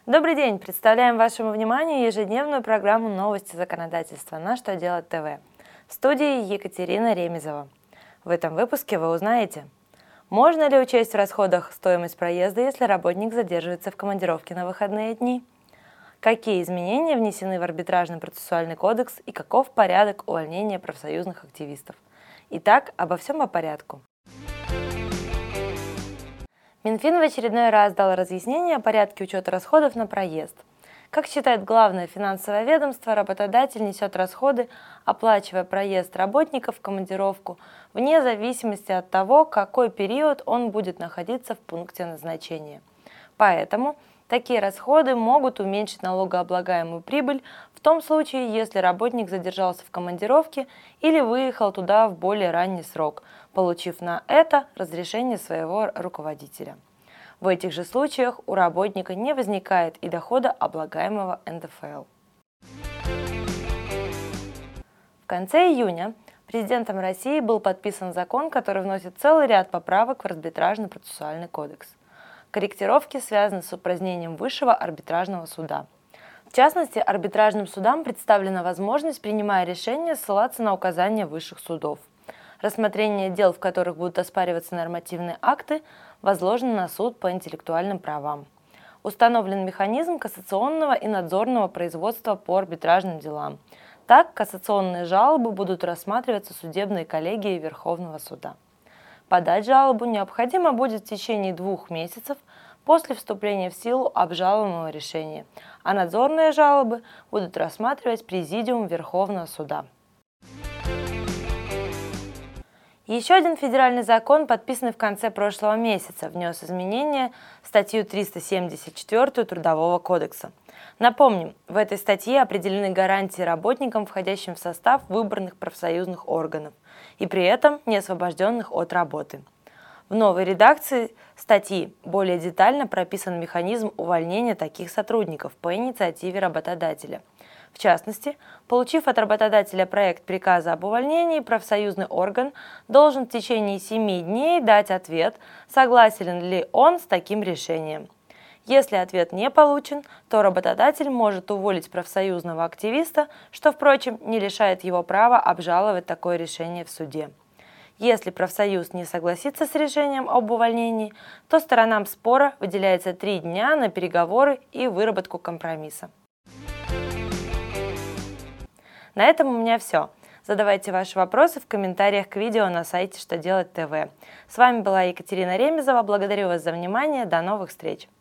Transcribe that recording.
Добрый день! Представляем вашему вниманию ежедневную программу «Новости законодательства» на «Что делать ТВ». В студии Екатерина Ремезова. В этом выпуске вы узнаете: можно ли учесть в расходах стоимость проезда, если работник задерживается в командировке на выходные дни? Какие изменения внесены в Арбитражный процессуальный кодекс и каков порядок увольнения профсоюзных активистов? Итак, обо всем по порядку. Минфин в очередной раз дал разъяснение о порядке учета расходов на проезд. Как считает Главное финансовое ведомство, работодатель несет расходы, оплачивая проезд работников в командировку, вне зависимости от того, какой период он будет находиться в пункте назначения. Поэтому такие расходы могут уменьшить налогооблагаемую прибыль в том случае, если работник задержался в командировке или выехал туда в более ранний срок, получив на это разрешение своего руководителя. В этих же случаях у работника не возникает и дохода, облагаемого НДФЛ. В конце июня президентом России был подписан закон, который вносит целый ряд поправок в Арбитражный процессуальный кодекс. Корректировки связаны с упразднением Высшего арбитражного суда. В частности, арбитражным судам представлена возможность, принимая решения, ссылаться на указания высших судов. Рассмотрение дел, в которых будут оспариваться нормативные акты, возложено на суд по интеллектуальным правам. Установлен механизм кассационного и надзорного производства по арбитражным делам. Так, кассационные жалобы будут рассматриваться судебной коллегией Верховного суда. Подать жалобу необходимо будет в течение 2 месяцев после вступления в силу обжалуемого решения, а надзорные жалобы будут рассматривать Президиум Верховного суда. Еще один федеральный закон, подписанный в конце прошлого месяца, внес изменения в статью 374 Трудового кодекса. Напомним, в этой статье определены гарантии работникам, входящим в состав выбранных профсоюзных органов, и при этом не освобожденных от работы. В новой редакции статьи более детально прописан механизм увольнения таких сотрудников по инициативе работодателя. В частности, получив от работодателя проект приказа об увольнении, профсоюзный орган должен в течение 7 дней дать ответ, согласен ли он с таким решением. Если ответ не получен, то работодатель может уволить профсоюзного активиста, что, впрочем, не лишает его права обжаловать такое решение в суде. Если профсоюз не согласится с решением об увольнении, то сторонам спора выделяется 3 дня на переговоры и выработку компромисса. На этом у меня все. Задавайте ваши вопросы в комментариях к видео на сайте «Что делать ТВ». С вами была Екатерина Ремезова. Благодарю вас за внимание. До новых встреч!